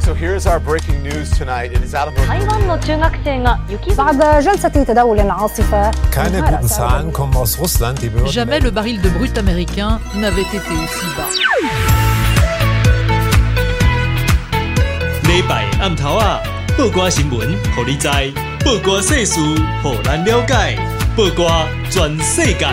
so here's our breaking news tonight. It is out of 台湾の中学生が雪 بعد جلسة تداول العاصفة Keine guten Zahlen kommen aus Russland. Die Behörden Jamais le baril de brut américain n'avait été aussi bas. 礼拜暗头啊，报歌新闻，互你知；报歌世事，互咱了解。报歌全世界。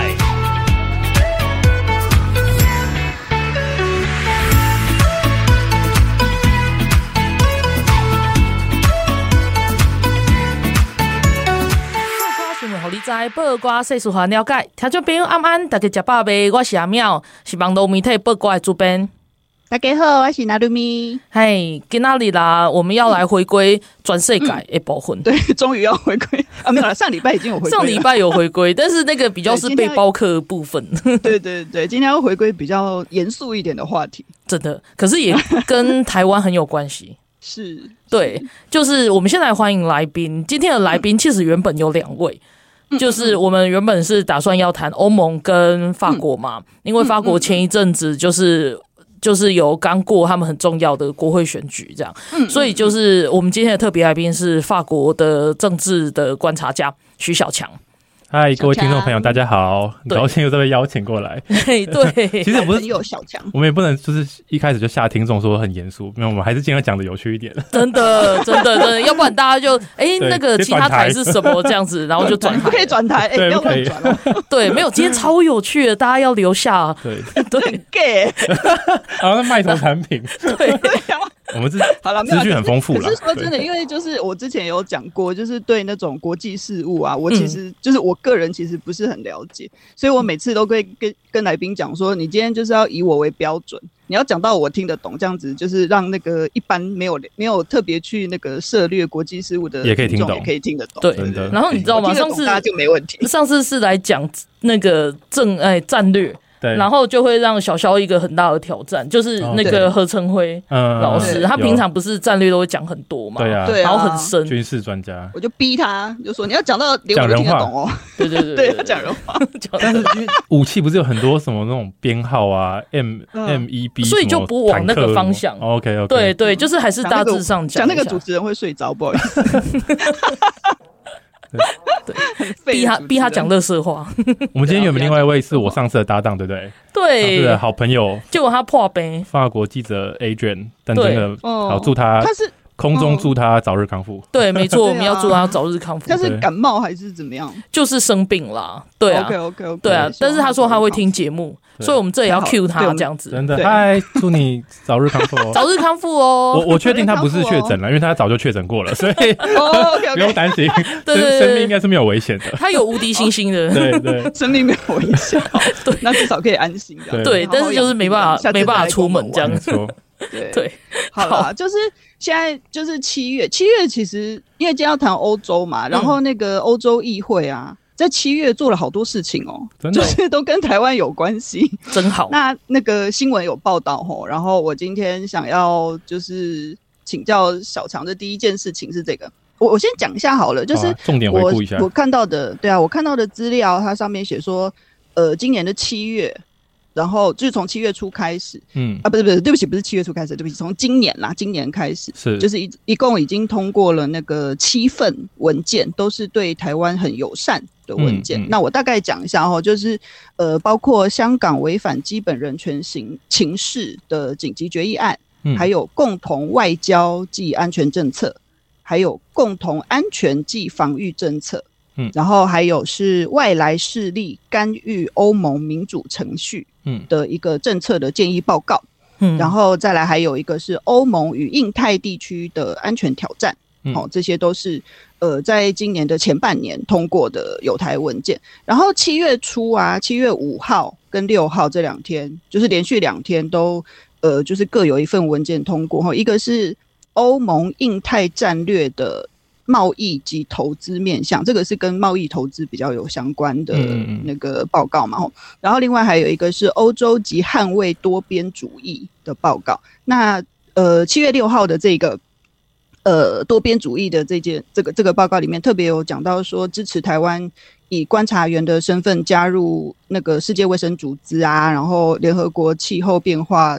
报歌世事互了解，听众朋友晚安，大家食饱未？我是阿妙，是网络媒体报歌的主编。 大家好，我是纳鲁咪。 嘿，今仔日啦，我们要来回归全世界的部分。 对，终于要回归啊！没有了，上礼拜已经有回归了， 上礼拜有回归，但是那个比较是背包客的部分。 对对对，今天要回归比较严肃一点的话题， 真的，可是也跟台湾很有关系。 是， 对，就是我们先来欢迎来宾。今天的来宾其实原本有2位。就是我们原本是打算要谈欧盟跟法国嘛，因为法国前一阵子就是有刚过他们很重要的国会选举这样，所以就是我们今天的特别来宾是法国的政治的观察家徐小强。 嗨，各位听众朋友，大家好，很高兴又被邀请过来。 对， 其实不是有小强， 我们也不能就是一开始就吓听众说很严肃，没有，我们还是尽量讲的有趣一点。 真的，要不然大家就那个其他台是什么这样子，然后就转台， 不可以转台，不要乱转哦。 对，没有，今天超有趣的，大家要留下。 对对 ，gay， 好像卖头产品。 对。 我们好了，资讯很丰富了。 可是说真的，因为就是我之前有讲过，就是对那种国际事务啊，我其实就是我个人其实不是很了解，所以我每次都会跟来宾讲说，你今天就是要以我为标准，你要讲到我听得懂，这样子就是让那个一般没有特别去那个涉猎国际事务的也可以听懂， 也可以听得懂。 对，然后你知道吗？上次大家就没问题。 上次是来讲那个战略。 对， 然后就会让小肖一个很大的挑战，就是那个何成辉老师，他平常不是战略都会讲很多嘛， 对啊， 然后很深， 军事专家， 我就逼他，就说你要讲到连我都听得懂哦， 对， 要讲人话。 但是武器不是有很多什么那种编号啊 ，MEB， 所以就不往那个方向。 OK， 对，就是还是大致上讲那个主持人会睡着，不好意思。 对，逼他讲垃圾话。 我们今天有没有另外一位是我上次的搭档，对不对？ 对， 是的好朋友。 结果他破杯， 法国记者 Adrian， 但真的好祝他是空中祝他早日康复。 对，没错，我们要祝他早日康复。 他是感冒还是怎么样？ 就是生病啦。对啊 ，OK， 对啊。但是他说他会听节目，所以我们这也要 cue 他这样子。 真的，嗨，祝你早日康复哦！ 早日康复哦！ 我确定他不是确诊了，因为他早就确诊过了，所以不用担心， 对， 生命应该是没有危险的。 他有无敌星星的， 对， 生命没有危险，对，那至少可以安心的。 对，但是就是没办法出门这样子。对， 好啦，就是现在就是7月其实因为今天要谈欧洲嘛，然后那个欧洲议会啊，在7月做了好多事情哦，就是都跟台湾有关系， 真好。 那个新闻有报道哦，然后我今天想要就是请教小强的第一件事情是这个，我先讲一下好了，就是重点回顾一下我看到的，对啊，我看到的资料，它上面写说，今年的7月。然后就是从7月初开始，不是，对不起，不是7月初开始，对不起，从今年开始，就是一共已经通过了那个7份文件，都是对台湾很友善的文件。那我大概讲一下哦，就是包括香港违反基本人权情势的紧急决议案，还有共同外交暨安全政策，还有共同安全暨防御政策。然后还有是外来势力干预欧盟民主程序的一个政策的建议报告，然后再来还有一个是欧盟与印太地区的安全挑战，这些都是在今年的前半年通过的友台文件。然后7月初啊，7月5号跟6号这2天，就是连续2天都就是各有一份文件通过，一个是欧盟印太战略的贸易及投资面向，这个是跟贸易投资比较有相关的那个报告嘛，然后另外还有一个是欧洲及捍卫多边主义的报告。那7月6号的这个多边主义的这个报告里面特别有讲到说，支持台湾以观察员的身份加入那个世界卫生组织啊，然后联合国气候变化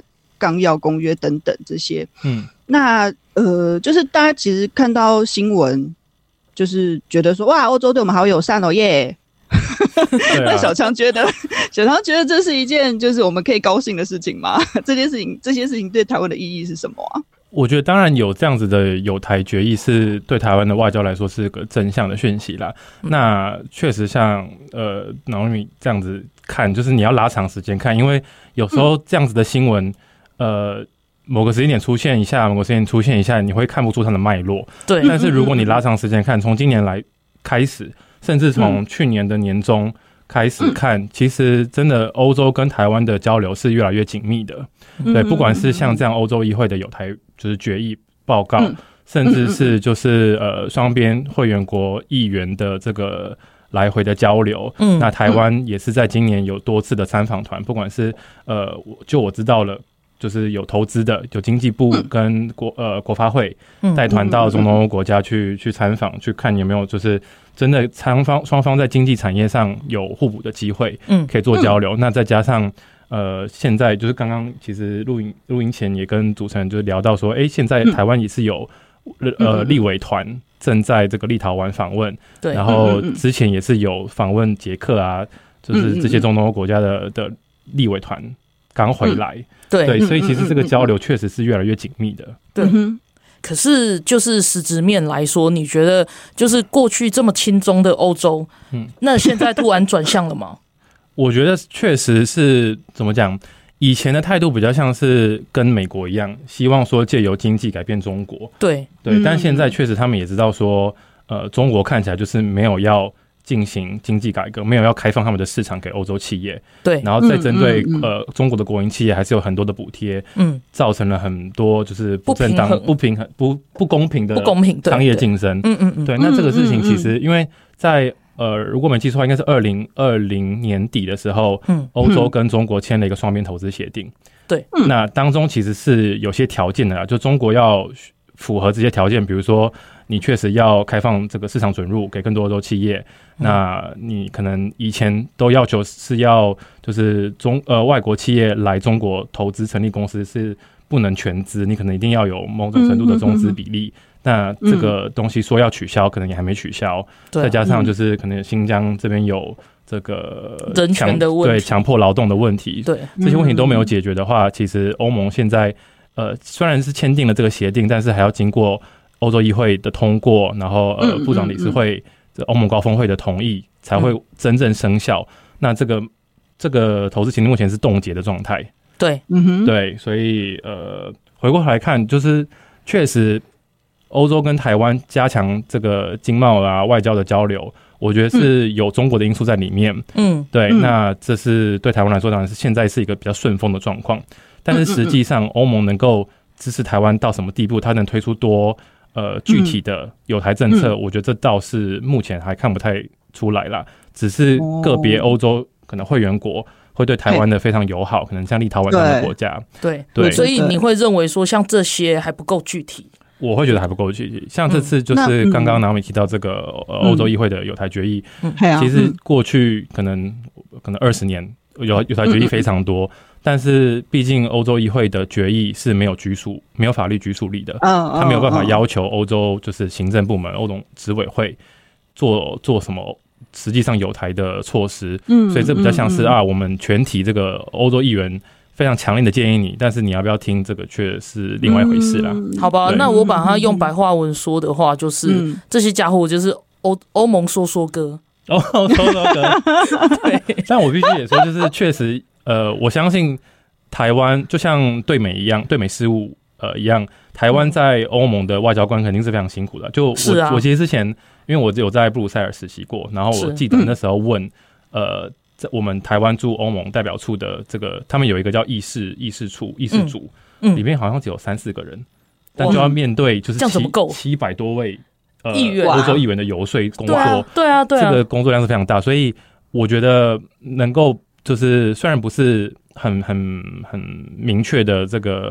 纲要、公约等等这些。那就是大家其实看到新闻，就是觉得说哇，欧洲对我们好友善哦耶。那小强觉得这是一件就是我们可以高兴的事情吗？这些事情对台湾的意义是什么啊？ 我觉得当然有这样子的友台决议是对台湾的外交来说是个正向的讯息啦。那确实像脑米这样子看，就是你要拉长时间看，因为有时候这样子的新闻，某个时间点出现一下，某个时间点出现一下，你会看不出它的脉络。 对。 但是如果你拉长时间看，从今年来开始，甚至从去年的年中开始看，其实真的欧洲跟台湾的交流是越来越紧密的。对，不管是像这样欧洲议会的友台就是决议报告，甚至是就是双边会员国议员的这个来回的交流。那台湾也是在今年有多次的参访团，不管是就我知道了，就是有投资的，有经济部跟国发会带团到中东欧国家去参访，去看有没有就是真的双方在经济产业上有互补的机会，可以做交流。那再加上现在就是刚刚其实录音前也跟主持人就是聊到说，现在台湾也是有立委团正在这个立陶宛访问，对，然后之前也是有访问捷克啊，就是这些中东欧国家的立委团刚回来，对，所以其实这个交流确实是越来越紧密的， 对。可是就是实质面来说，你觉得就是过去这么亲中的欧洲，那现在突然转向了吗？ 我觉得确实是怎么讲，以前的态度比较像是跟美国一样，希望说借由经济改变中国。对，但现在确实他们也知道说，中国看起来就是没有要进行经济改革，没有要开放他们的市场给欧洲企业。对，然后再针对中国的国营企业还是有很多的补贴，造成了很多就是不正当、不平衡、不公平的商业竞争。对，那这个事情其实因为在如果没记错，应该是2020年底的时候，欧洲跟中国签了一个双边投资协定。对，那当中其实是有些条件的啦，就中国要符合这些条件，比如说你确实要开放这个市场准入给更多欧洲企业，那你可能以前都要求是要就是外国企业来中国投资成立公司是不能全资，你可能一定要有某种程度的中资比例。那这个东西说要取消，可能也还没取消。再加上就是可能新疆这边有这个人权的问题， 对强迫劳动的问题，对这些问题都没有解决的话，其实欧盟现在虽然是签订了这个协定，但是还要经过欧洲议会的通过，然后部长理事会欧盟高峰会的同意，才会真正生效。那这个投资协定目前是冻结的状态。对，对，所以回过头来看，就是确实。欧洲跟台湾加强这个经贸啊、外交的交流，我觉得是有中国的因素在里面。对，那这是对台湾来说，当然是现在是一个比较顺风的状况。但是实际上，欧盟能够支持台湾到什么地步，它能推出多具体的友台政策，我觉得这倒是目前还看不太出来啦。只是个别欧洲可能会员国会对台湾的非常友好，可能像立陶宛这样的国家。对， 所以你会认为说，像这些还不够具体？ 我会觉得还不够具体，像这次就是刚刚Naomi提到这个欧洲议会的友台决议，其实过去可能20年友台决议非常多，但是毕竟欧洲议会的决议是没有法律拘束力的，他没有办法要求欧洲就是行政部门、欧盟执委会做什么实际上友台的措施，所以这比较像是我们全体这个欧洲议员。非常强烈的建议你，但是你要不要听这个却是另外一回事啦。 好吧，那我把它用白话文说的话，就是这些家伙就是欧盟说歌。 说歌。对，但我必须也说，就是确实，我相信台湾就像对美一样，对美事务一样，台湾在欧盟的外交官肯定是非常辛苦的。就我其实之前，因为我有在布鲁塞尔实习过，然后我记得那时候问我们台湾驻欧盟代表处的这个，他们有一个叫议事组，里面好像只有3-4个人，但就要面对就是700多位欧洲议员的游说工作，对啊，这个工作量是非常大，所以我觉得能够就是虽然不是很明确的这个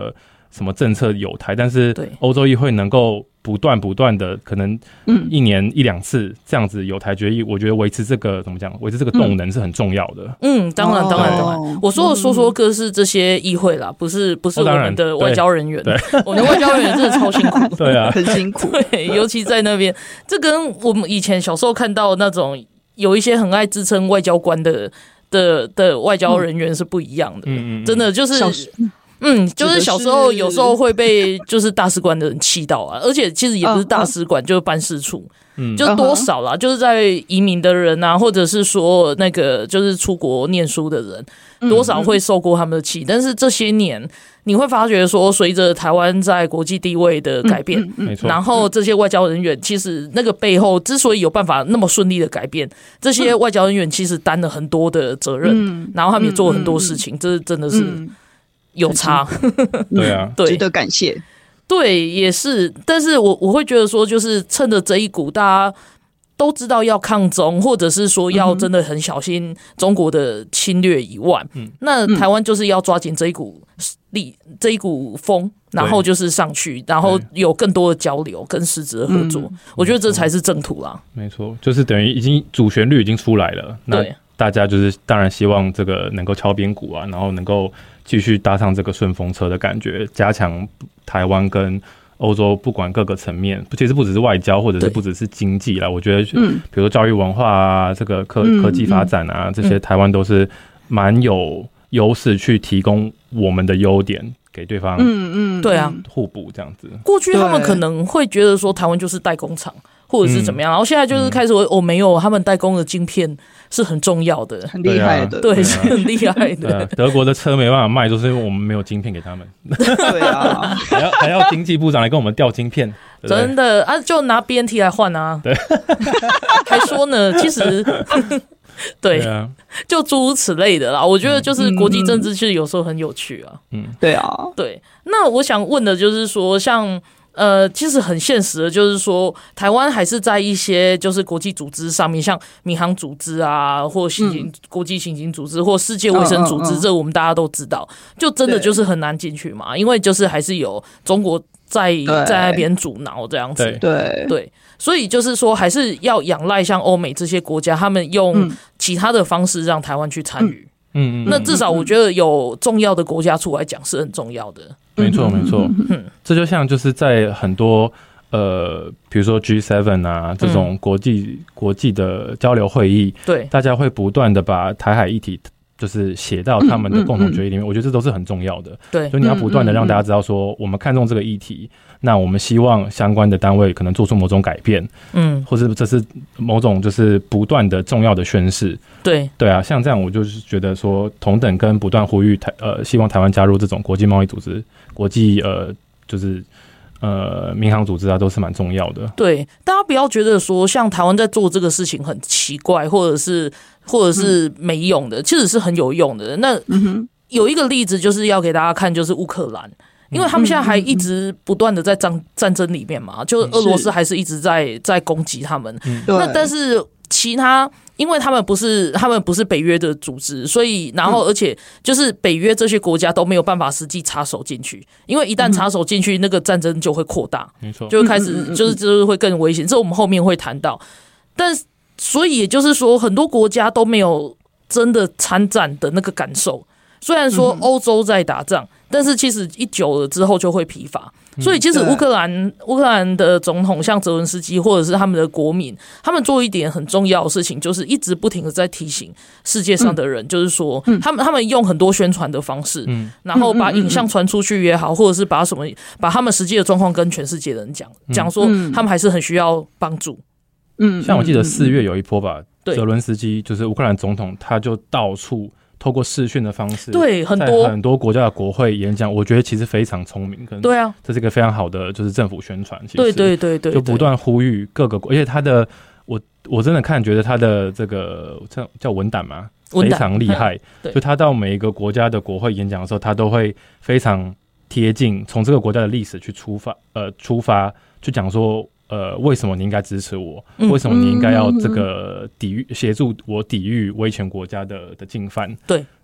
什么政策有台，但是欧洲议会能够不断的可能一年1-2次这样子有台决议，我觉得维持这个怎么讲，维持这个动能是很重要的。 当然。我说的说歌是这些议会啦，不是我们的外交人员。我们的外交人员真的超辛苦。 对啊， 很辛苦。 对，尤其在那边，这跟我们以前小时候看到那种有一些很爱自称外交官的外交人员是不一样的。真的就是。就是小时候有时候会被就是大使馆的人气到啊，而且其实也不是大使馆，就是办事处，就多少啦，就是在移民的人啊，或者是说那个就是出国念书的人，多少会受过他们的气。但是这些年你会发觉说，随着台湾在国际地位的改变，然后这些外交人员其实那个背后之所以有办法那么顺利的改变，这些外交人员其实担了很多的责任，然后他们也做了很多事情，这真的是。有差， 对啊， 值得感谢。 对，也是，但是我会觉得说，就是趁着这一股大家都知道要抗中，或者是说要真的很小心中国的侵略以外，那台湾就是要抓紧这一股力，这一股风，然后就是上去，然后有更多的交流跟实质的合作，我觉得这才是正途啦。 没错，就是等于已经主旋律已经出来了，那大家就是当然希望这个能够敲边鼓啊，然后能够继续搭上这个顺风车的感觉，加强台湾跟欧洲不管各个层面，其实不只是外交，或者是不只是经济啦，我觉得比如说教育文化啊，这个科技发展啊，这些台湾都是蛮有优势去提供我们的优点给对方， 对啊， 互补这样子。 过去他们可能会觉得说台湾就是代工厂，或者是怎么样，然后现在就是开始没有，他们代工的晶片是很重要的， 很厉害的， 对，是很厉害的。 德国的车没办法卖，就是因为我们没有晶片给他们。 对啊， 还要经济部长来跟我们调晶片， 真的啊，就拿 BNT 来换啊。对，还说呢，其实对啊，就诸如此类的啦。我觉得就是国际政治其实有时候很有趣啊。 对啊， 对。那我想问的就是说，像。其实很现实的，就是说，台湾还是在一些就是国际组织上面，像民航组织啊，或国际刑警组织，或世界卫生组织，这我们大家都知道，就真的就是很难进去嘛，因为就是还是有中国在那边阻挠这样子，对，所以就是说，还是要仰赖像欧美这些国家，他们用其他的方式让台湾去参与。那至少我觉得有重要的国家出来讲是很重要的。 没错，这就像就是在很多比如说 G7 啊这种国际的交流会议，对，大家会不断的把台海议题就是写到他们的共同决议里面，我觉得这都是很重要的。对，所以你要不断的让大家知道说，我们看重这个议题，那我们希望相关的单位可能做出某种改变，或者这是某种就是不断的重要的宣示。对啊，像这样我就是觉得说，同等跟不断呼吁希望台湾加入这种国际贸易组织、国际就是民航组织啊，都是蛮重要的。对， 大家不要觉得说像台湾在做这个事情很奇怪，或者是没用的，其实是很有用的。那有一个例子就是要给大家看，就是乌克兰。因为他们现在还一直不断的在战争里面嘛，就是俄罗斯还是一直在攻击他们。那但是其他，因为他们不是北约的组织，所以然后而且就是北约这些国家都没有办法实际插手进去，因为一旦插手进去，那个战争就会扩大，没错，就会开始就是会更危险。这我们后面会谈到。但所以也就是说，很多国家都没有真的参战的那个感受。虽然说欧洲在打仗，但是其实一久了之后就会疲乏。所以其实乌克兰的总统像泽伦斯基或者是他们的国民，他们做一点很重要的事情，就是一直不停的在提醒世界上的人，就是说他们用很多宣传的方式，然后把影像传出去也好，或者是把他们实际的状况跟全世界的人讲说他们还是很需要帮助。 像我记得4月有一波吧，泽伦斯基就是乌克兰总统，他就到处透过视讯的方式，对很多国家的国会演讲，我觉得其实非常聪明，可能对啊，这是一个非常好的就是政府宣传。其实对，就不断呼吁各个国，而且他的我真的觉得他的这个叫文胆嘛，非常厉害。就他到每一个国家的国会演讲的时候，他都会非常贴近，从这个国家的历史去出发，去讲说。为什么你应该支持我？为什么你应该要这个协助我抵御威权国家的进犯？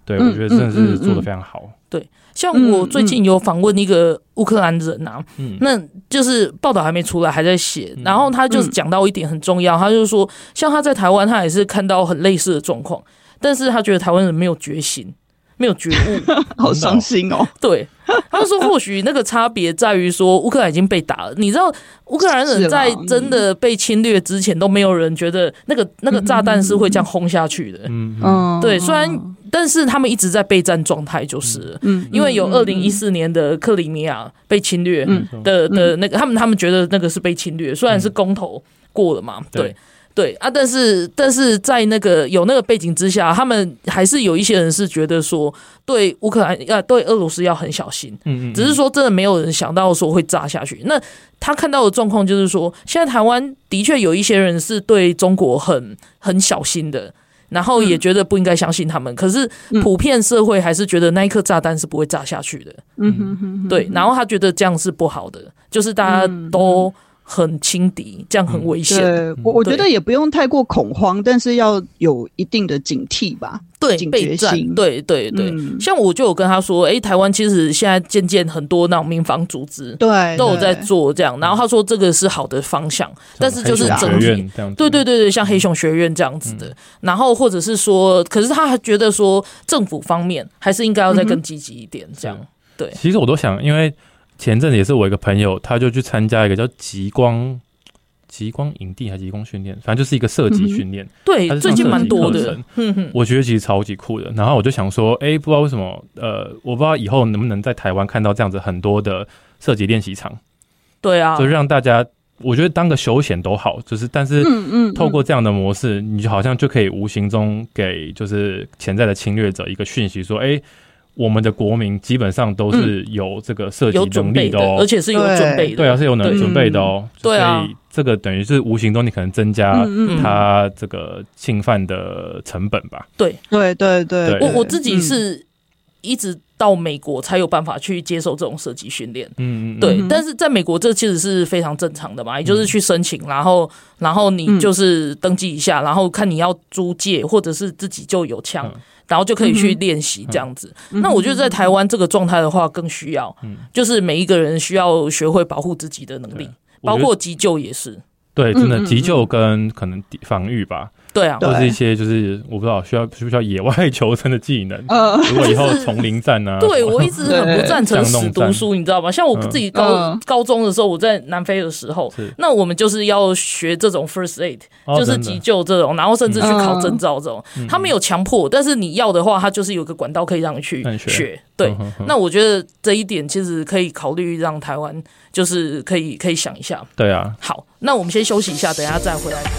对，我觉得真的是做得非常好。 对，像我最近有访问一个乌克兰人啊，那就是报道还没出来，还在写，然后他就是讲到一点很重要，他就是说，像他在台湾，他也是看到很类似的状况，但是他觉得台湾人没有觉醒，没有觉悟， 好伤心哦。 对，他说或许那个差别在于说，乌克兰已经被打了，你知道，乌克兰人在真的被侵略之前，都没有人觉得那个炸弹是会这样轰下去的。对，虽然。但是他们一直在备战状态，就是了，因为有2014年的克里米亚被侵略的那个，他们觉得那个是被侵略，虽然是公投过了嘛，对啊，但是在那个有那个背景之下，他们还是有一些人是觉得说，对乌克兰对俄罗斯要很小心，只是说真的没有人想到说会炸下去。那他看到的状况就是说，现在台湾的确有一些人是对中国很小心的。然后也觉得不应该相信他们，可是普遍社会还是觉得那一颗炸弹是不会炸下去的。对，然后他觉得这样是不好的，就是大家都很轻敌，这样很危险。 我觉得也不用太过恐慌，但是要有一定的警惕吧。 对，备战，对，像我就有跟他说，台湾其实现在渐渐很多那种民防组织， 对， 都有在做这样。然后他说这个是好的方向，但是就是整体，对，像黑熊学院这样子的。然后或者是说，可是他还觉得说政府方面还是应该要再更积极一点，这样。对， 其实我都想，因为前阵子也是我一个朋友，他就去参加一个叫极光营地还是极光训练，反正就是一个射击训练。 对，最近蛮多的。 我觉得其实超级酷的。然后我就想说，不知道为什么，我不知道以后能不能在台湾看到这样子很多的射击练习场。 对啊， 就让大家，我觉得当个休闲都好，就是但是透过这样的模式，你就好像就可以无形中给就是潜在的侵略者一个讯息，说，我们的国民基本上都是有这个射击能力的而且是有准备的。 对啊，是有准备的哦。 对啊， 所以这个等于是无形中你可能增加他这个侵犯的成本吧。 对，我自己是一直到美国才有办法去接受这种射击训练。对，但是在美国这其实是非常正常的嘛，也就是去申请，然后你就是登记一下，然后看你要租借或者是自己就有枪。然后就可以去练习这样子。那我觉得在台湾这个状态的话，更需要，就是每一个人需要学会保护自己的能力，包括急救也是。 对，真的急救跟可能防御吧。 对啊， 或是一些就是我不知道需不需要野外求生的技能。如果以后丛林战啊， 对我一直很不赞成死读书，你知道吗？像我自己高中的时候，我在南非的时候，那我们就是要学这种 first aid，就是急救这种，然后甚至去考证照这种。他没有强迫，但是你要的话，他就是有个管道可以让你去学。对，那我觉得这一点其实可以考虑让台湾就是可以想一下。 对啊， 好，那我们先休息一下，等一下再回来谈。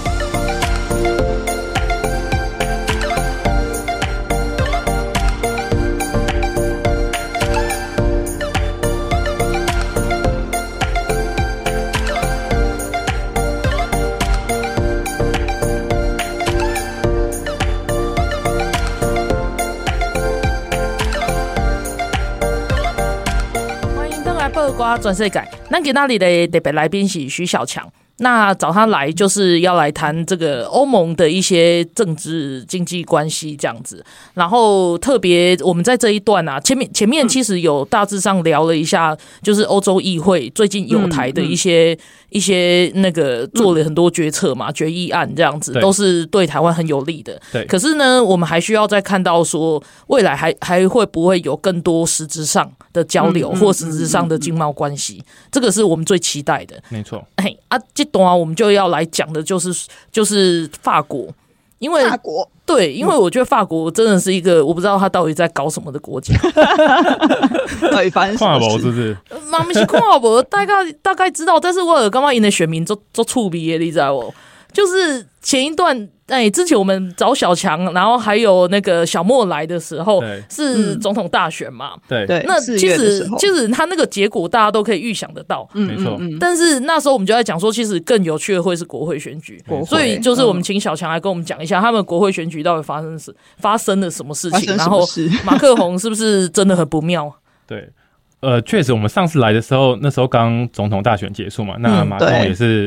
八卦转世界，咱今天的特别来宾是徐小强。那找他来就是要来谈这个欧盟的一些政治经济关系这样子，然后特别我们在这一段啊，前面其实有大致上聊了一下，就是欧洲议会最近有台的一些那个做了很多决策嘛，决议案这样子，都是对台湾很有利的。对，可是呢，我们还需要再看到说未来还会不会有更多实质上的交流或实质上的经贸关系，这个是我们最期待的。 没错， 这段我们就要来讲的就是法国，因为法国对，因为我觉得法国真的是一个我不知道他到底在搞什么的国家。 对，反正跨国是不是？ 妈咪是跨国，大概知道，但是我有刚刚赢的选民做触鼻的，你知道我就是前一段。之前我们找小强，然后还有那个小莫来的时候，是总统大选嘛？ 对， 那其实他那个结果大家都可以预想得到， 没错。 但是那时候我们就在讲说，其实更有趣的会是国会选举，所以就是我们请小强来跟我们讲一下，他们国会选举到底发生了什么事情，然后马克宏是不是真的很不妙？ 对，确实，我们上次来的时候，那时候刚总统大选结束嘛，那马克宏也是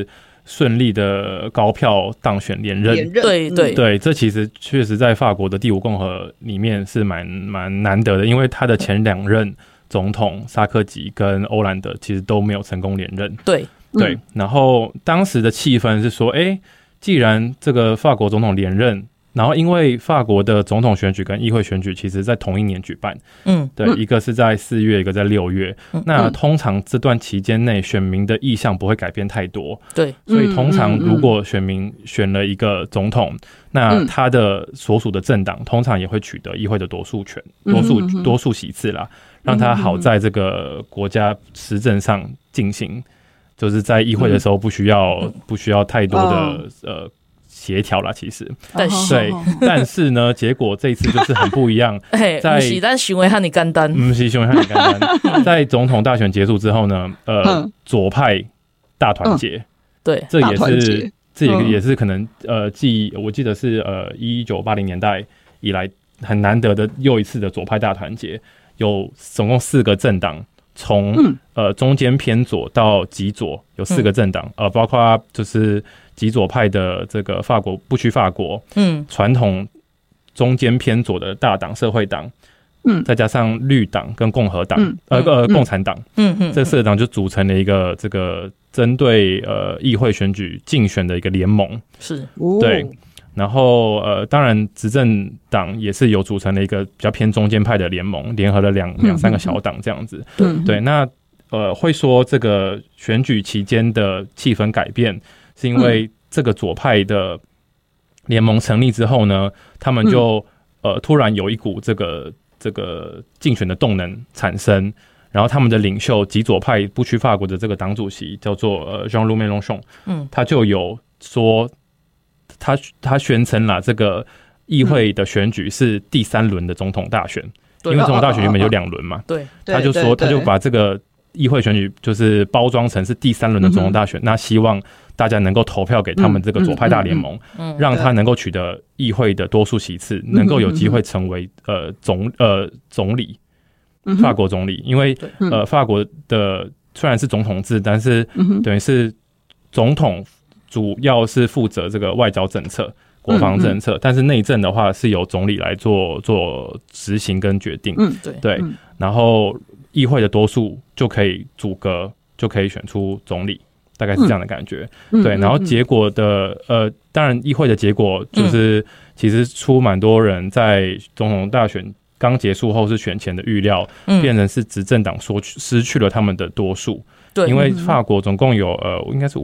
顺利的高票当选连任。 对， 这其实确实在法国的第五共和里面是蛮难得的，因为他的前2任总统萨科齐跟欧兰德其实都没有成功连任。 对， 然后当时的气氛是说，既然这个法国总统连任，然后因为法国的总统选举跟议会选举其实在同一年举办，对，一个是在4月，一个在6月，那通常这段期间内选民的意向不会改变太多， 对， 所以通常如果选民选了一个总统，那他的所属的政党通常也会取得议会的多数权，多数席次啦，让他好在这个国家施政上进行，就是在议会的时候不需要太多的协调啦，其实但是呢，结果这一次就是很不一样。 不是咱行为和你简单， 不是行为和你简单。在总统大选结束之后呢，左派大团结， 对， 这也是可能我记得是1980年代以来很难得的又一次的左派大团结，有总共4个政党。从中间偏左到极左有4个政党，包括就是极左派的这个法国不屈法国，传统中间偏左的大党社会党，再加上绿党跟共和党，共产党，这4个党就组成了一个这个针对议会选举竞选的一个联盟， 是， 对。然后当然执政党也是有组成了一个比较偏中间派的联盟，联合了两三个小党这样子。对，那会说这个选举期间的气氛改变，是因为这个左派的联盟成立之后呢，他们就突然有一股这个竞选的动能产生，然后他们的领袖极左派不屈法国的这个党主席叫做Jean-Luc Mélenchon，他就有说。他宣称了这个议会的选举是第3轮的总统大选，因为总统大选原本有2轮嘛， 对， 他就说他就把这个议会选举就是包装成是第3轮的总统大选，那希望大家能够投票给他们这个左派大联盟，让他能够取得议会的多数席次，能够有机会成为总理，法国总理，因为法国的虽然是总统制，但是等于是总统。主要是负责这个外交政策、国防政策，但是内政的话是由总理来做执行跟决定。对，然后议会的多数就可以组阁，就可以选出总理，大概是这样的感觉。对，然后结果的当然议会的结果就是其实出蛮多人在总统大选刚结束后是选前的预料，变成是执政党失去了他们的多数。对，因为法国总共有应该是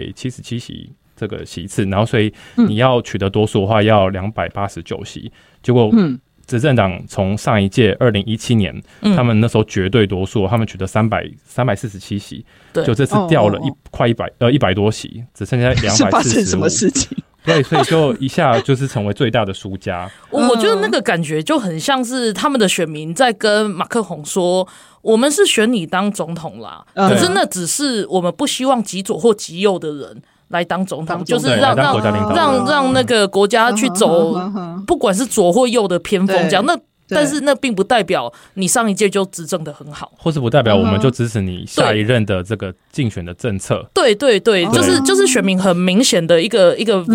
577席这个席次，然后所以你要取得多数的话要289席，结果执政党从上一届2017年，他们那时候绝对多数，他们取得347席，就这次掉了快100多席，只剩下245。是发生什么事情？ 对，所以就一下就是成为最大的输家。 我觉得那个感觉就很像是他们的选民在跟马克宏说：“我们是选你当总统啦，可是那只是我们不希望极左或极右的人来当总统，就是让那个国家去走，不管是左或右的偏锋，这样那。”但是那并不代表你上一届就执政的很好， 或是不代表我们就支持你下一任的这个竞选的政策。 对，就是选民很明显的一个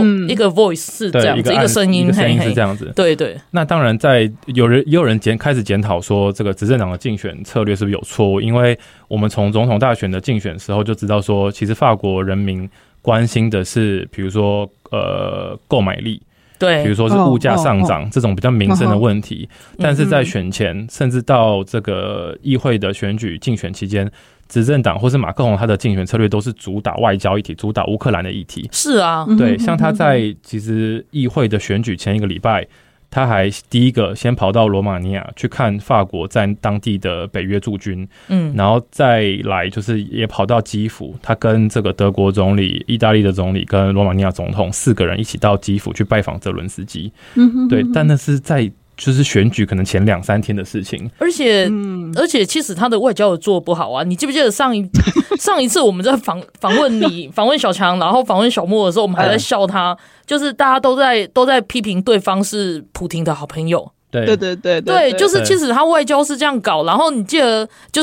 voice 是这样子，一个声音是这样子。 对。 那当然，也有人开始检讨说，这个执政党的竞选策略是不是有错误？因为我们从总统大选的竞选时候就知道说，其实法国人民关心的是，比如说购买力。对，比如说是物价上涨这种比较民生的问题，但是在选前甚至到这个议会的选举竞选期间，执政党或是马克宏他的竞选策略都是主打外交议题，主打乌克兰的议题。 是啊， 对，像他在其实议会的选举前1个礼拜，他还第一个先跑到罗马尼亚去看法国在当地的北约驻军，然后再来就是也跑到基辅，他跟这个德国总理、意大利的总理跟罗马尼亚总统4个人一起到基辅去拜访泽伦斯基。对，但那是在就是选举可能前2-3天的事情， 而且其实他的外交也做不好啊。你记不记得上一次我们在访问小强，然后访问小莫的时候，我们还在笑他，就是大家都在批评对方是普丁的好朋友。 对， 就是其实他外交是这样搞，然后你记得就是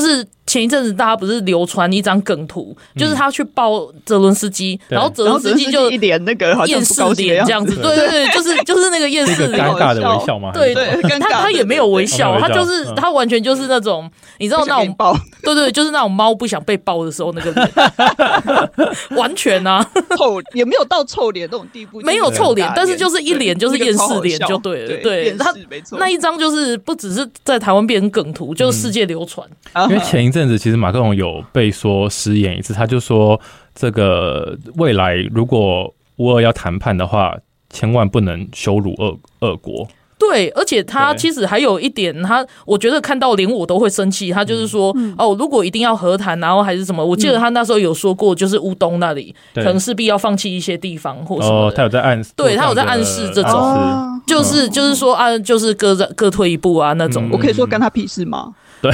前一阵子大家不是流传一张梗图，就是他去抱泽伦斯基，然后泽伦斯基就一脸那个厌世脸这样子，对对对，就是那个厌世脸， 尴尬的微笑吗？ 对对，他也没有微笑，他就是他完全就是那种你知道那种抱， 对对，就是那种猫不想被抱的时候那个脸，完全啊， 臭也没有到臭脸那种地步， 没有臭脸，但是就是一脸就是厌世脸就对了，对，他那一张就是不只是在台湾变成梗图，就是世界流传。 因为前一阵子其实马克龙有被说失言一次，他就说这个未来如果乌俄要谈判的话，千万不能羞辱俄国。 对，而且他其实还有一点，我觉得看到连我都会生气。他就是说，如果一定要和谈，然后还是什么，我记得他那时候有说过，就是乌东那里可能势必要放弃一些地方或什么的。 他有在暗示， 对他有在暗示这种，就是说啊，就是各退一步啊那种。 我可以说干他屁事吗？ 对，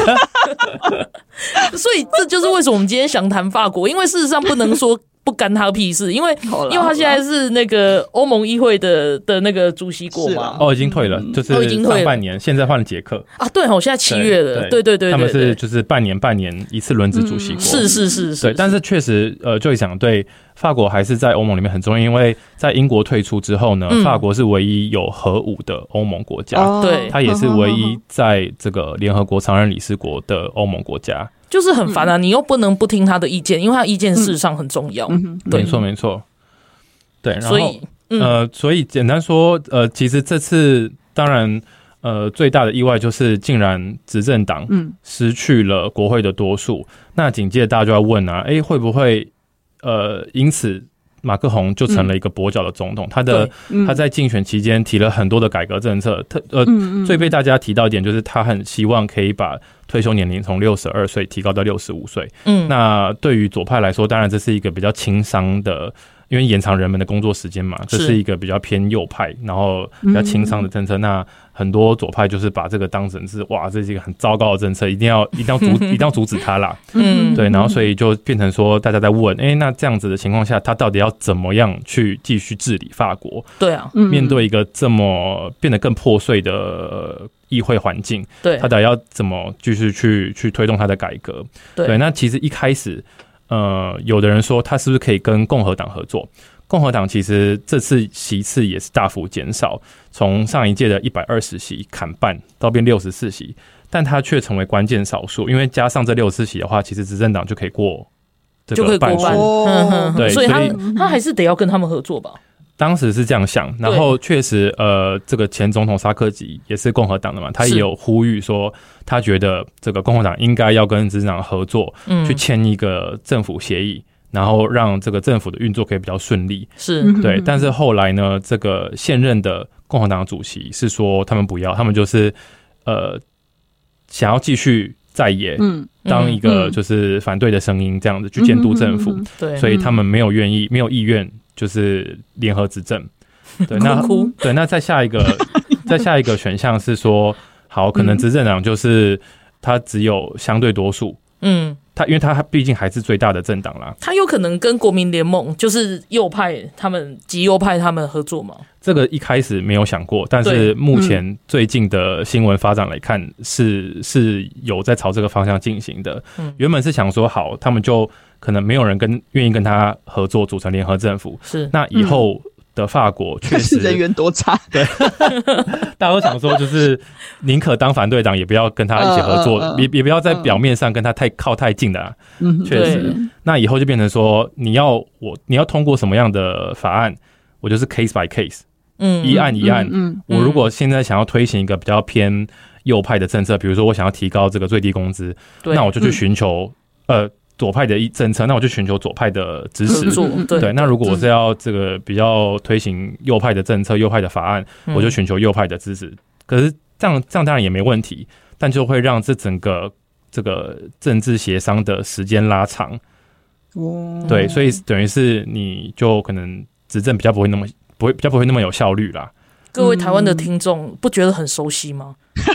所以这就是为什么我们今天想谈法国，因为事实上不能说不干他屁事，因为他现在是那个欧盟议会的那个主席国嘛， 已经退了，就是上半年，现在换了捷克啊，对现在7月了，对， 他们是就是半年一次轮值主席国， 是， 对，但是确实就讲对法国还是在欧盟里面很重要，因为在英国退出之后呢，法国是唯一有核武的欧盟国家， 对， 它也是唯一在这个联合国常任理事国的欧盟国家。 就是很烦啊，你又不能不听他的意见，因为他的意见事实上很重要。 对，没错。对，然后所以简单说，其实这次当然最大的意外就是竟然执政党失去了国会的多数。那紧接着大家就要问啊，会不会因此马克宏就成了一个跛脚的总统？他在竞选期间提了很多的改革政策，最被大家提到一点就是他很希望可以把退休年龄从62岁提高到65岁。那对于左派来说，当然这是一个比较轻伤的，因为延长人们的工作时间嘛，这是一个比较偏右派，然后比较轻伤的政策。那很多左派就是把这个当成是哇，这是一个很糟糕的政策，一定要阻止它啦。对，然后所以就变成说大家在问，那这样子的情况下，他到底要怎么样去继续治理法国？ 对啊， 面对一个这么变得更破碎的议会环境， 对， 他到底要怎么继续去推动他的改革？对，那其实一开始，有的人说他是不是可以跟共和党合作？共和党其实这次席次也是大幅减少，从上一届的120席砍半到变64席，但他却成为关键少数，因为加上这64席的话，其实执政党就可以过这个半数。对， 所以他还是得要跟他们合作吧。 当时是这样想，然后确实，这个前总统沙科吉也是共和党的嘛，他也有呼吁说，他觉得这个共和党应该要跟执政党合作，去签一个政府协议，然后让这个政府的运作可以比较顺利。 是对，但是后来呢，这个现任的共和党主席是说他们不要，他们就是想要继续在野，当一个就是反对的声音，这样子去监督政府。 对， 所以他们没有意愿。就是联合执政，对，那再下一个选项是说，好，可能执政党就是他只有相对多数，因为他毕竟还是最大的政党啦， 他有可能跟国民联盟就是右派他们极右派他们合作吗？ 这个一开始没有想过，但是目前最近的新闻发展来看，是有在朝这个方向进行的。原本是想说，好，他们就可能没有人愿意跟他合作组成联合政府， 是那以后的法国确实人缘多差， 对，大家都想说就是宁可当反对党，也不要跟他一起合作，也不要在表面上跟他靠太近的确实，那以后就变成说你要通过什么样的法案，我就是 case by case，一案一案。我如果现在想要推行一个比较偏右派的政策，比如说我想要提高这个最低工资，那我就去寻求左派的政策，那我就寻求左派的支持。对，那如果我是要这个比较推行右派的政策、右派的法案，我就寻求右派的支持。可是这样当然也没问题，但就会让这整个这个政治协商的时间拉长。对，所以等于是你就可能执政比较不会那么有效率啦。 各位台湾的听众不觉得很熟悉吗？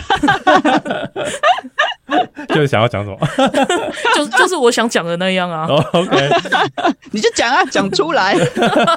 就是想要讲什么？ 就是我想讲的那样啊。 OK， 你就讲啊，讲出来。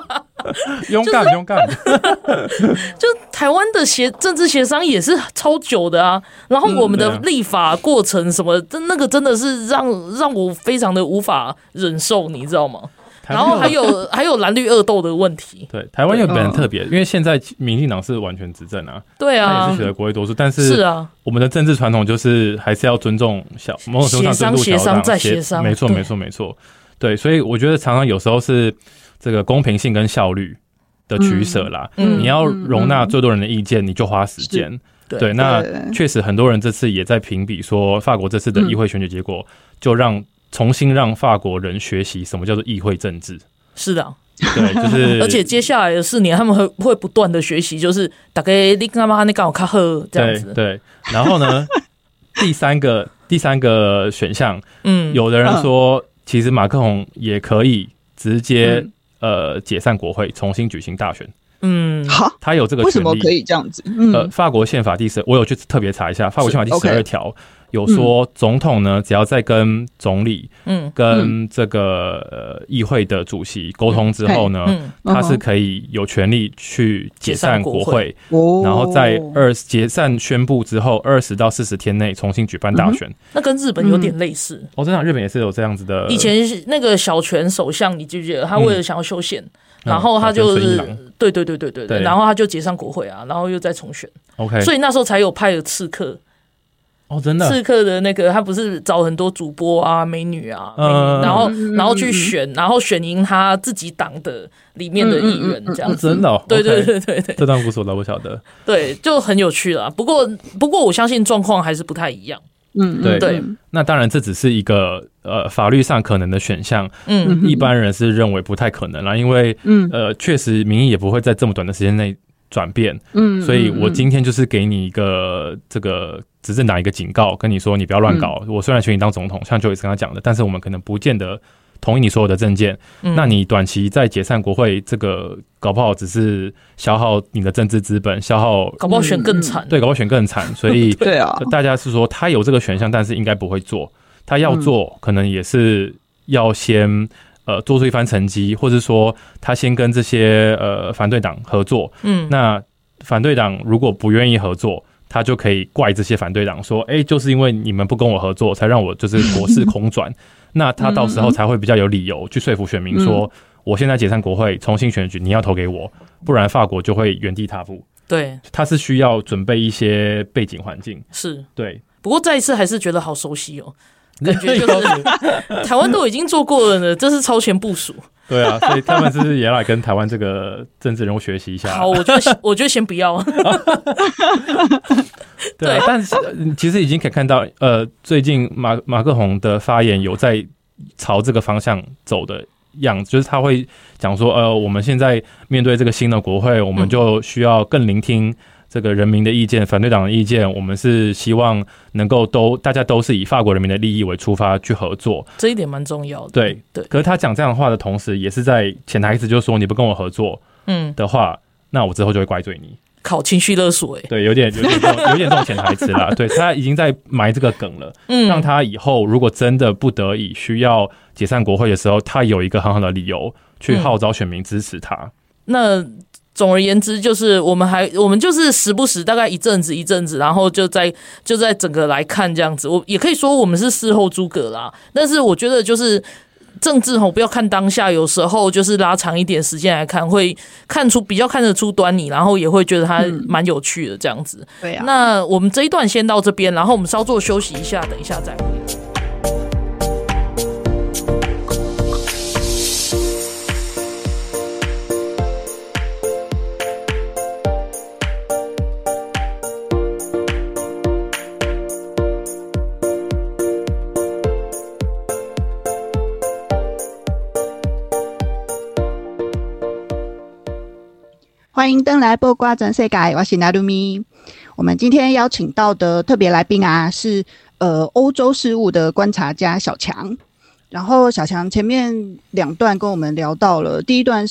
勇敢勇敢。 就台湾的政治协商也是超久的啊，然后我们的立法过程什么，那个真的是让我非常的无法忍受，你知道吗？然后还有蓝绿恶斗的问题。对， 台湾有本很特别，因为现在民进党是完全执政啊， 对啊， 他也是取得国会多数，但是我们的政治传统就是还是要尊重某种程度上协商再协商， 没错没错没错。对，所以我觉得常常有时候是这个公平性跟效率的取舍啦。你要容纳最多人的意见，你就花时间。对，那确实很多人这次也在评比说，法国这次的议会选举结果就重新让法国人学习什么叫做议会政治。 是的， 对，就是而且接下来的4年他们会不断的学习，就是大概你干嘛你刚好卡好这样子。 对，然后呢，第三个选项，有的人说，其实马克宏也可以直接解散国会，重新举行大选。他有这个权利。为什么可以这样子？ 法国宪法我有去特别查一下，法国宪法第12条有说，总统呢只要在跟总理、跟这个议会的主席沟通之后呢，他是可以有权利去解散国会，然后在解散宣布之后20到40天内重新举办大选。 那跟日本有点类似。 真的，日本也是有这样子的。 以前那个小泉首相，你记不记得他为了想要修宪？然后他就是对，然后他就解散国会啊，然后又再重选。 OK， 所以那时候才有派了刺客。 真的， 刺客的那个他不是找很多主播啊、美女啊，然后去选，然后选赢他自己党的里面的议员，这样子。 真的对， 这段故事我都不晓得。 对，就很有趣啦。不过我相信状况还是不太一样。 对，那当然这只是一个法律上可能的选项，一般人是认为不太可能啦，因为确实民意也不会在这么短的时间内转变，所以我今天就是给你一个这个执政党一个警告，跟你说你不要乱搞。我虽然选你当总统，像Joyce跟他讲的，但是我们可能不见得同意你所有的政见，那你短期在解散国会，这个搞不好只是消耗你的政治资本， 搞不好选更惨。 对，搞不好选更惨。所以对啊， 大家是说他有这个选项，但是应该不会做。他要做，可能也是要先做出一番成绩，或者说他先跟这些反对党合作。那反对党如果不愿意合作，他就可以怪这些反对党说，就是因为你们不跟我合作，才让我就是国事空转。那他到时候才会比较有理由去说服选民说，我现在解散国会，重新选举，你要投给我，不然法国就会原地踏步。 对， 他是需要准备一些背景环境。 是， 对。 不过再一次还是觉得好熟悉哦，感觉就是台湾都已经做过了呢，这是超前部署。 对啊，所以他们是不是也要来跟台湾这个政治人物学习一下？ 好，我觉得先不要。 对，但是其实已经可以看到，最近马克宏的发言有在朝这个方向走的样子，就是他会讲说，我们现在面对这个新的国会，我们就需要更聆听这个人民的意见、反对党的意见，我们是希望能够大家都是以法国人民的利益为出发去合作， 这一点蛮重要的。 对。可是他讲这样的话的同时，也是在潜台词就是说，你不跟我合作，的话，那我之后就会怪罪你。 考情绪勒索。 对，有点这种潜台词啦。对，他已经在埋这个梗了，让他以后如果真的不得已需要解散国会的时候，他有一个很好的理由去号召选民支持他。 那总而言之，就是我们就是时不时大概一阵子，然后就在整个来看这样子。我也可以说我们是事后诸葛啦，但是我觉得就是政治不要看当下，有时候就是拉长一点时间来看，会比较看得出端倪，然后也会觉得它蛮有趣的这样子。 对啊。 那我们这一段先到这边，然后我们稍作休息一下，等一下再回来。 欢迎登来播瓜全世界，我是纳鲁咪。我们今天邀请到的特别来宾啊，是欧洲事务的观察家小强。然后小强前面2段跟我们聊到了，第一段是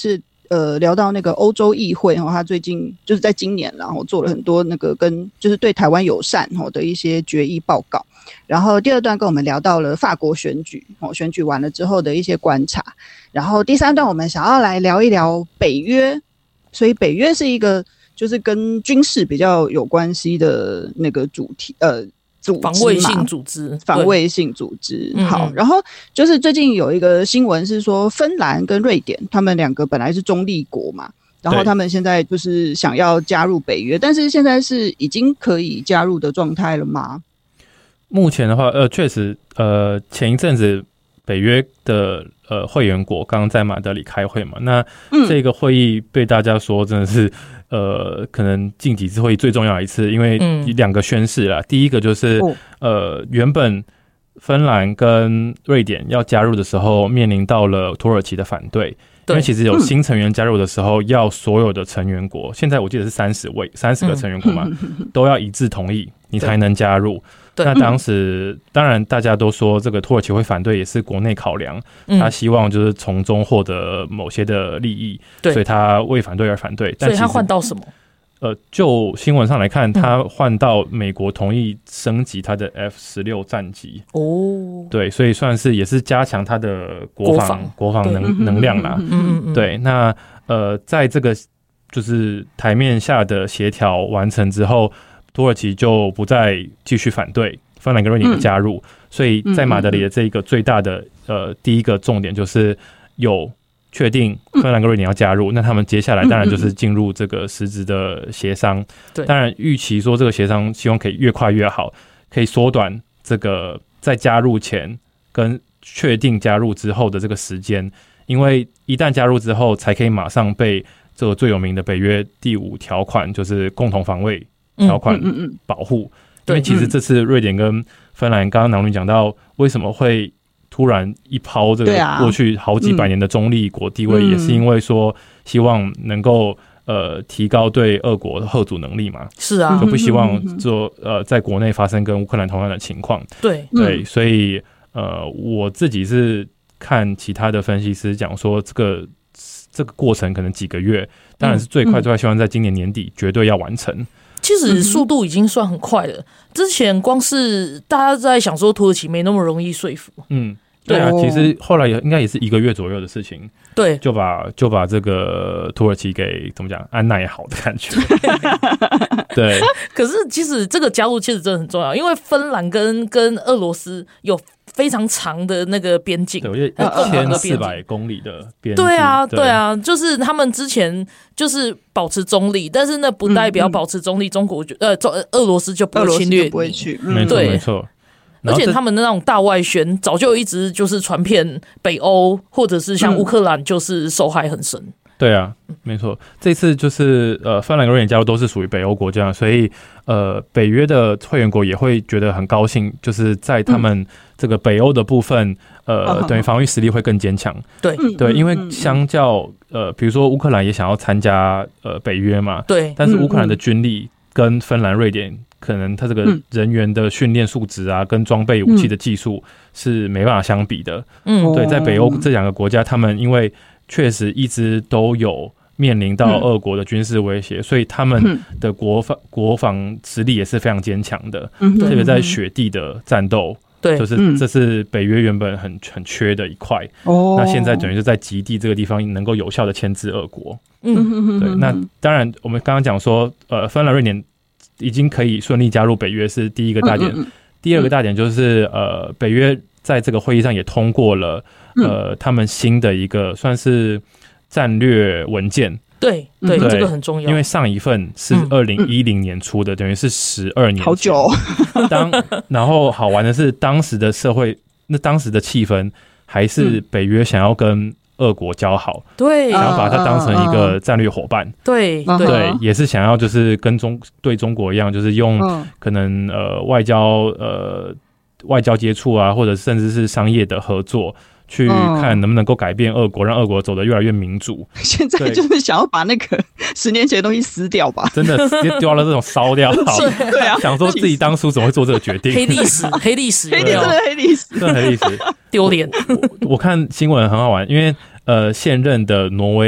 聊到那个欧洲议会他最近就是在今年然后做了很多那个跟就是对台湾友善的一些决议报告。然后第二段跟我们聊到了法国选举选举完了之后的一些观察。然后第三段我们想要来聊一聊北约，所以北约是一个就是跟军事比较有关系的那个主题防卫性组织， 防卫性组织。好，然后就是最近有一个新闻是说，芬兰跟瑞典他们两个本来是中立国嘛，然后他们现在就是想要加入北约，但是现在是已经可以加入的状态了吗？ 目前的话，确实，前一阵子北约的会员国刚刚在马德里开会嘛，那这个会议被大家说真的是。可能近几次会议最重要的一次，因为两个宣誓啦。第一个就是原本芬兰跟瑞典要加入的时候，面临到了土耳其的反对，因为其实有新成员加入的时候，要所有的成员国，现在我记得是30个成员国嘛，都要一致同意，你才能加入。那当时当然大家都说这个土耳其会反对，也是国内考量，他希望就是从中获得某些的利益，所以他为反对而反对。 所以他换到什么？ 就新闻上来看，他换到美国同意升级他的 F-16战机。对，所以算是也是加强他的国防能量啦。对，那在这个就是台面下的协调完成之后。土耳其就不再继续反对芬兰跟瑞典的加入，所以在马德里的这个最大的第一个重点就是有确定芬兰跟瑞典要加入，那他们接下来当然就是进入这个实质的协商。当然预期说这个协商希望可以越快越好，可以缩短这个在加入前跟确定加入之后的这个时间，因为一旦加入之后才可以马上被这个最有名的北约第5条款，就是共同防卫条款保护。因为其实这次瑞典跟芬兰，刚刚南伦讲到为什么会突然一抛这个过去好几百年的中立国地位，也是因为说希望能够提高对俄国的嚇阻能力嘛。 是啊， 就不希望做在国内发生跟乌克兰同样的情况。 对， 所以我自己是看其他的分析师讲说，这个过程可能几个月，当然是最快希望在今年年底绝对要完成。 其实速度已经算很快了。之前光是大家在想说土耳其没那么容易说服， 对啊，其实后来应该也是1个月左右的事情， 对， 就把这个土耳其给怎么讲安奈好的感觉。对， 可是其实这个加入其实真的很重要，因为芬兰跟俄罗斯有非常长的那个边境， 对，我觉得1400公里的边境。 对啊，就是他们之前就是保持中立，但是那不代表保持中立，中国俄罗斯就不会侵略你， 不会去， 没错。 而且他们的那种大外宣早就一直就是传遍北欧，或者是像乌克兰，就是受害很深。 对啊，没错。这次就是芬兰跟瑞典加入都是属于北欧国家，所以北约的会员国也会觉得很高兴，就是在他们这个北欧的部分，等于防御实力会更坚强。 对， 因为相较比如说乌克兰也想要参加北约嘛， 对， 但是乌克兰的军力跟芬兰、瑞典可能他这个人员的训练素质啊，跟装备武器的技术是没办法相比的。对，在北欧这2个国家，他们因为确实一直都有面临到俄国的军事威胁，所以他们的国防实力也是非常坚强的。特别在雪地的战斗，对，就是这是北约原本很缺的一块。那现在等于是在极地这个地方能够有效的牵制俄国。对，那当然我们刚刚讲说，芬兰、瑞典已经可以顺利加入北约是第一个大点。第二个大点就是北约在这个会议上也通过了他们新的一个算是战略文件。对， 这个很重要， 因为上一份是2010年出的，等于是12年前， 好久。 然后好玩的是，当时的社会，那当时的气氛还是北约想要跟俄国交好， 对， 想要把它当成一个战略伙伴，对，也是想要就是跟对中国一样，就是用可能外交接触啊，或者甚至是商业的合作，去看能不能够改变俄国，让俄国走得越来越民主。 现在就是想要把那个10年前的东西撕掉吧， 真的直接丢了这种烧掉。对啊，想说自己当初怎么会做这个决定？ 黑历史， 真的黑历史， 丢脸。 我看新闻很好玩，因为现任的挪威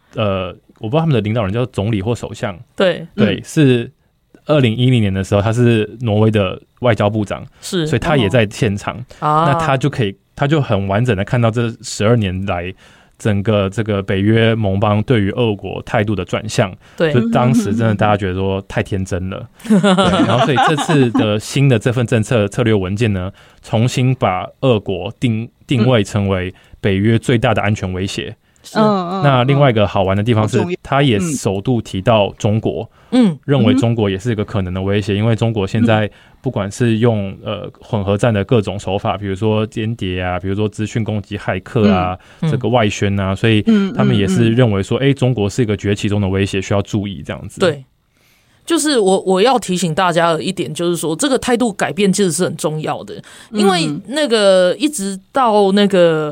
我不知道他们的领导人叫总理或首相， 对， 是2010年的时候，他是挪威的外交部长， 是， 所以他也在现场，那他就很完整的看到这12年来整个这个北约盟邦对于俄国态度的转向， 对， 就当时真的大家觉得说太天真了，对，然后所以这次的新的这份政策策略文件呢，重新把俄国定位成为北约最大的安全威胁。那另外一个好玩的地方是，他也首度提到中国，认为中国也是一个可能的威胁，因为中国现在不管是用混合战的各种手法，比如说间谍啊，比如说资讯攻击、骇客啊，这个外宣啊，所以他们也是认为说，中国是一个崛起中的威胁，需要注意这样子。 对。就是我要提醒大家的一点，就是说这个态度改变其实是很重要的，因为那个一直到那个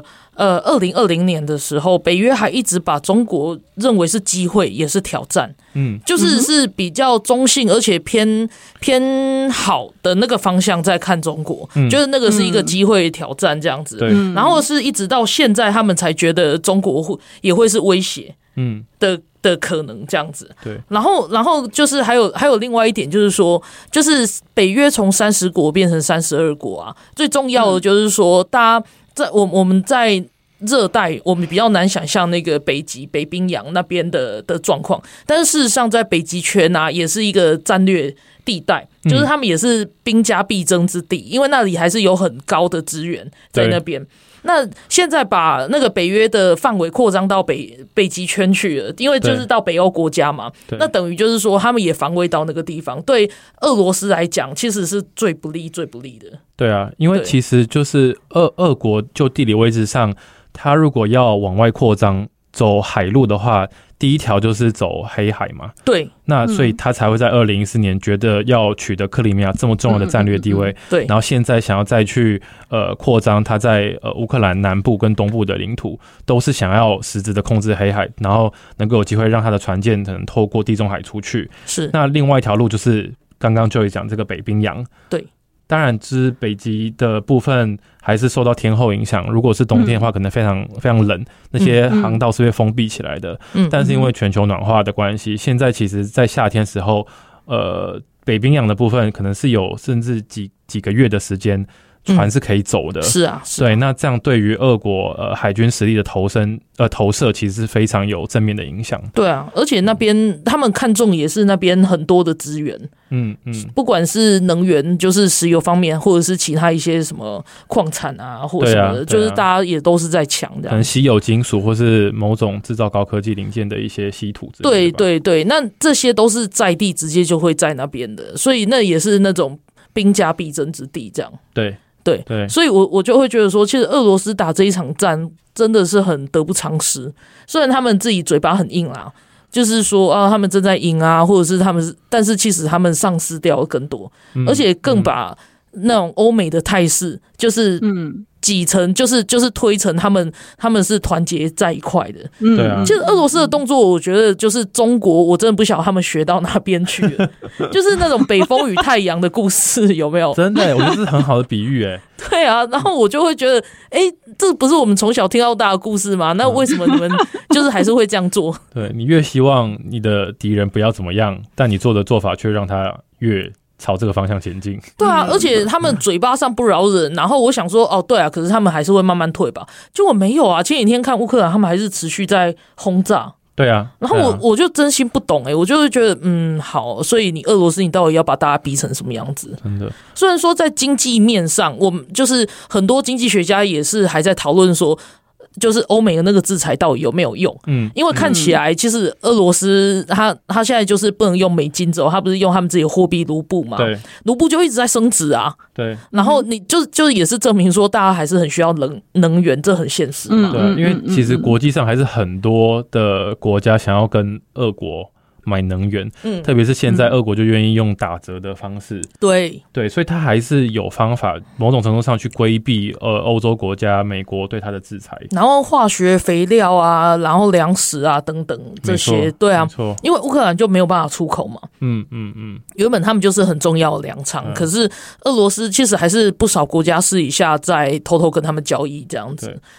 2020年的时候，北约还一直把中国认为是机会，也是挑战，就是比较中性而且偏好的那个方向在看中国，就是那个是一个机会挑战这样子，然后是一直到现在他们才觉得中国也会是威胁，的可能这样子， 对， 然后就是还有另外一点，就是说，就是北约从30国变成32国啊，最重要的就是说，大家在我们在热带，我们比较难想象那个北极、北冰洋那边的状况，但是事实上在北极圈啊，也是一个战略地带，就是他们也是兵家必争之地，因为那里还是有很高的资源在那边。那现在把那个北约的范围扩张到北极圈去了，因为就是到北欧国家嘛，那等于就是说他们也防卫到那个地方，对俄罗斯来讲其实是最不利的。 对啊，因为其实就是俄国就地理位置上，它如果要往外扩张走海路的话，第一条就是走黑海嘛。 对， 那所以他才会在2014年觉得要取得克里米亚这么重要的战略地位。 对， 然后现在想要再去扩张他在乌克兰南部跟东部的领土，都是想要实质的控制黑海，然后能够有机会让他的船舰可能透过地中海出去。 是， 那另外一条路就是刚刚就讲这个北冰洋。 对。 当然，之北极的部分还是受到天候影响。如果是冬天的话，可能非常非常冷，那些航道是被封闭起来的。但是因为全球暖化的关系，现在其实在夏天时候，北冰洋的部分可能是有甚至几个月的时间，船是可以走的。 是啊， 对，那这样对于俄国海军实力的投射，其实是非常有正面的影响。 对啊，而且那边他们看重也是那边很多的资源。不管是能源，就是石油方面，或者是其他一些什么矿产啊，或者什么的，就是大家也都是在抢的。 可能稀有金属或是某种制造高科技零件的一些稀土之类的。 对，那这些都是在地直接就会在那边的，所以那也是那种兵家必争之地，这样。对，所以我就会觉得说，其实俄罗斯打这一场战真的是很得不偿失。虽然他们自己嘴巴很硬啦，就是说啊，他们正在赢啊，或者是但是其实他们丧失掉更多，而且更把那种欧美的态势，就是挤成，就是推成他们是团结在一块的。 对啊， 其实俄罗斯的动作，我觉得就是中国，我真的不晓得他们学到哪边去了，就是那种北风与太阳的故事，有没有？ 真的，我觉得是很好的比喻哎。 对啊，然后我就会觉得，这不是我们从小听到大的故事吗？那为什么你们就是还是会这样做？ 对，你越希望你的敌人不要怎么样，但你做的做法却让他越朝这个方向前进。 对啊，而且他们嘴巴上不饶人，然后我想说，对啊，可是他们还是会慢慢退吧？结果没有啊，前几天看乌克兰，他们还是持续在轰炸。 对啊， 然后我就真心不懂我就会觉得好，所以你俄罗斯你到底要把大家逼成什么样子？ 真的， 虽然说在经济面上，我们就是很多经济学家也是还在讨论说，就是欧美的那个制裁到底有没有用？因为看起来其实俄罗斯他现在就是不能用美金走，他不是用他们自己的货币卢布嘛？ 对， 卢布就一直在升值啊。 对， 然后你就也是证明说，大家还是很需要能源，这很现实嘛。 对，因为其实国际上还是很多的国家想要跟俄国买能源，特别是现在俄国就愿意用打折的方式， 对， 所以他还是有方法，某种程度上去规避欧洲国家、美国对他的制裁。 然后化学肥料啊，然后粮食啊等等这些，对啊，因为乌克兰就没有办法出口嘛，原本他们就是很重要的粮仓，可是俄罗斯其实还是不少国家私底下在偷偷跟他们交易这样子。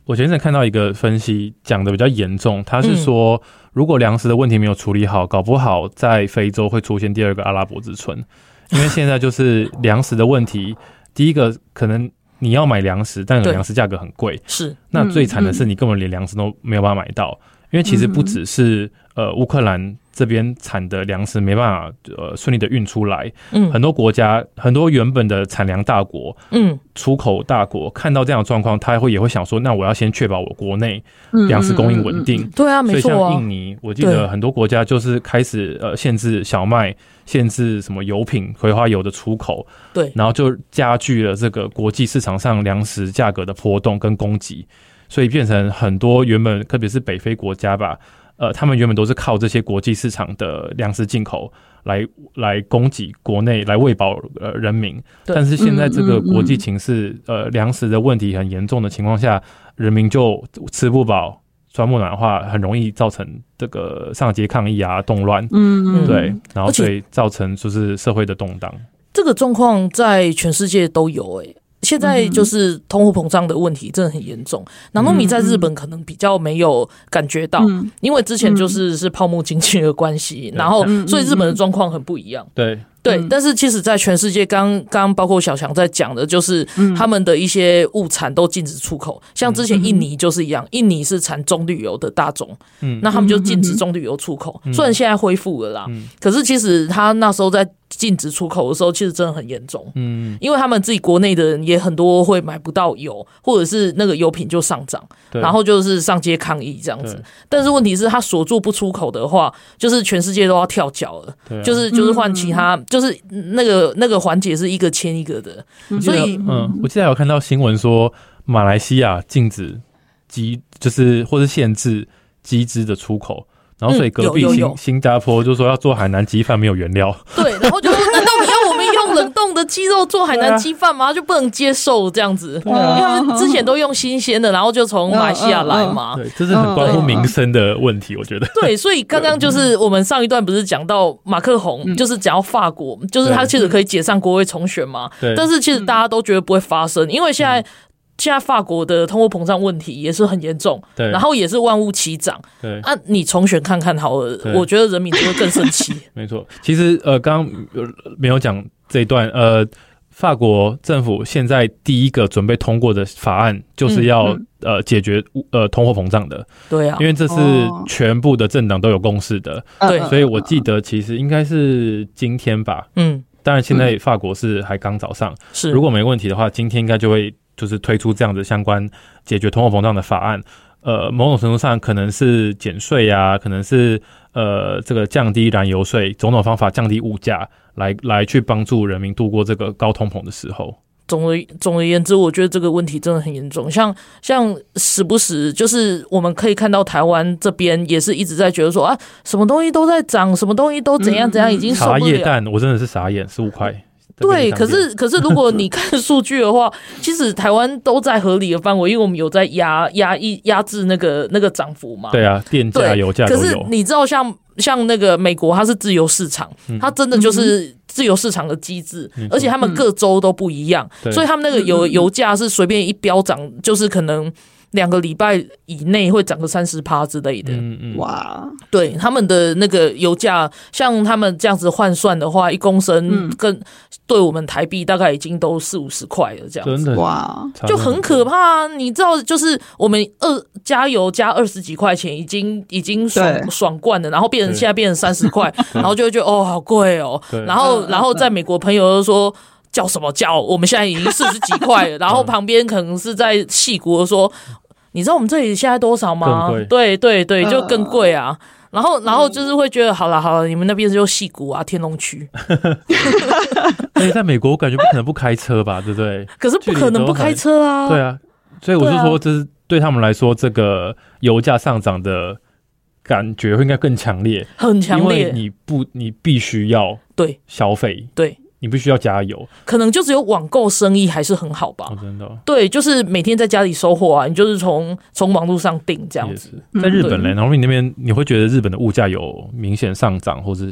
我前阵看到一个分析讲的比较严重，他是说如果粮食的问题没有处理好，搞不好在非洲会出现第二个阿拉伯之春，因为现在就是粮食的问题，第一个可能你要买粮食，但粮食价格很贵， 是那最惨的是你根本连粮食都没有办法买到，因为其实不只是乌克兰这边产的粮食没办法顺利的运出来，很多国家很多原本的产粮大国，出口大国看到这样的状况，他也会想说，那我要先确保我国内粮食供应稳定。 对啊，没错啊。 所以像印尼，我记得很多国家就是开始限制小麦，限制什么油品、葵花油的出口， 对， 然后就加剧了这个国际市场上粮食价格的波动跟供给，所以变成很多原本特别是北非国家吧。他们原本都是靠这些国际市场的粮食进口来供给国内，来喂饱人民。但是现在这个国际情势，粮食的问题很严重的情况下，人民就吃不饱、钻木暖化，很容易造成这个上街抗议啊、动乱。对，然后所以造成就是社会的动荡。 这个状况在全世界都有现在就是通货膨胀的问题真的很严重，南糯米在日本可能比较没有感觉到，因为之前是泡沫经济的关系，然后所以日本的状况很不一样。对，但是其实在全世界刚包括小强在讲的，就是他们的一些物产都禁止出口，像之前印尼就是一样，印尼是产棕榈油的大宗，那他们就禁止棕榈油出口，虽然现在恢复了啦，可是其实他那时候在禁止出口的时候，其实真的很严重，因为他们自己国内的人也很多会买不到油，或者是那个油品就上涨，然后就是上街抗议这样子。但是问题是他锁住不出口的话，就是全世界都要跳脚了，就是换其他，就是那个环节是一个牵一个的，所以我记得有看到新闻说马来西亚禁止就是或是限制鸡汁的出口。然后所以隔壁新加坡就说要做海南鸡饭没有原料， 对，然后就说难道你要我们用冷冻的鸡肉做海南鸡饭吗？就不能接受这样子，因为他们之前都用新鲜的，然后就从马来西亚来嘛。 对，这是很关乎民生的问题，我觉得。 对，所以刚刚就是我们上一段不是讲到马克宏，就是讲到法国，就是他其实可以解散国会重选嘛，但是其实大家都觉得不会发生，因为现在法国的通货膨胀问题也是很严重，然后也是万物齐涨。对啊，你重选看看好了，我觉得人民就会更生气。 没错，其实刚刚没有讲这一段，法国政府现在第一个准备通过的法案就是要解决通货膨胀的。对啊，因为这是全部的政党都有共识的。对，所以我记得其实应该是今天吧。当然现在法国是还刚早上，是如果没问题的话，今天应该就会就是推出这样的相关解决通货膨胀的法案。某种程度上可能是减税啊，可能是这个降低燃油税，种种方法降低物价，来去帮助人民度过这个高通膨的时候。 总而言之，我觉得这个问题真的很严重。像时不时就是我们可以看到台湾这边也是一直在觉得说啊，什么东西都在涨，什么东西都怎样怎样，已经受不了。 茶叶蛋我真的是傻眼，15块。 对，可是如果你看数据的话，其实台湾都在合理的范围，因为我们有在压制那个涨幅嘛。 对啊，电价、油价都有。 可是你知道像那个美国，它是自由市场，它真的就是自由市场的机制，而且他们各州都不一样，所以他们那个油价是随便一飙涨，就是可能2个礼拜以内会涨个30% 之类的。哇，对，他们的那个油价，像他们这样子换算的话，1公升跟对我们台币大概已经都40-50块了，这样子。真的哇，就很可怕。你知道，就是我们加油加20几块钱，已经爽惯了，然后现在变成30块，然后就会觉得哦好贵哦。然后在美国朋友就说。叫什么叫？我们现在已经40几块了，然后旁边可能是在矽谷说，你知道我们这里现在多少吗？对，就更贵啊。然后就是会觉得，好了，你们那边就矽谷啊，天龙区。 在美国我感觉不可能不开车吧，对不对？ 可是不可能不开车啊。 对啊，所以我是说，这是对他们来说，这个油价上涨的感觉会应该更强烈， 很强烈。 因为你必须要消费， 对。 你必须要加油， 可能就只有网购生意还是很好吧。 真的， 对，就是每天在家里收货啊，你就是从网络上订这样子。 在日本嘞，然后你那边你会觉得日本的物价有明显上涨，或是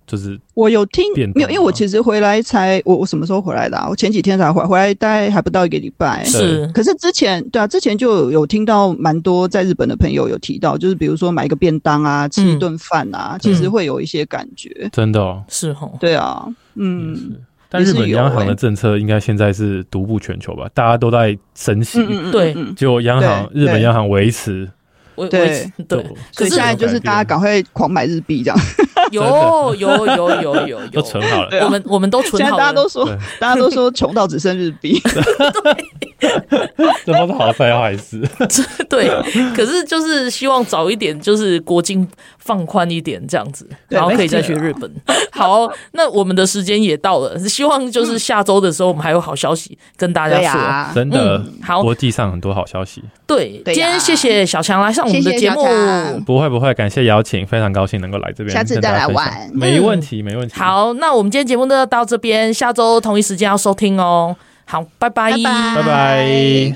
就是我有听没有？因为我其实回来我什么时候回来的啊？我前几天才回来大概还不到1个礼拜。 是， 可是之前就有听到蛮多在日本的朋友有提到，就是比如说买一个便当啊，吃一顿饭啊，其实会有一些感觉。 真的哦， 是齁， 对啊， 但日本央行的政策应该现在是独步全球吧？大家都在升息， 对， 就日本央行维持。 对，所以现在就是大家赶快狂买日币这样。 有， 都存好了。 我们都存好了。 现在大家都说穷到只剩日币。 这不是好事坏事。 对，可是就是希望早一点，就是国境放宽一点这样子，然后可以再去日本。好，那我们的时间也到了，希望就是下周的时候我们还有好消息跟大家说。 真的， 好， 国际上很多好消息。 对，今天谢谢小强来上我们的节目。 不会，感谢邀请，非常高兴能够来这边， 下次再来玩。 没问题。 好，那我们今天节目就到这边，下周同一时间要收听哦。好，拜拜。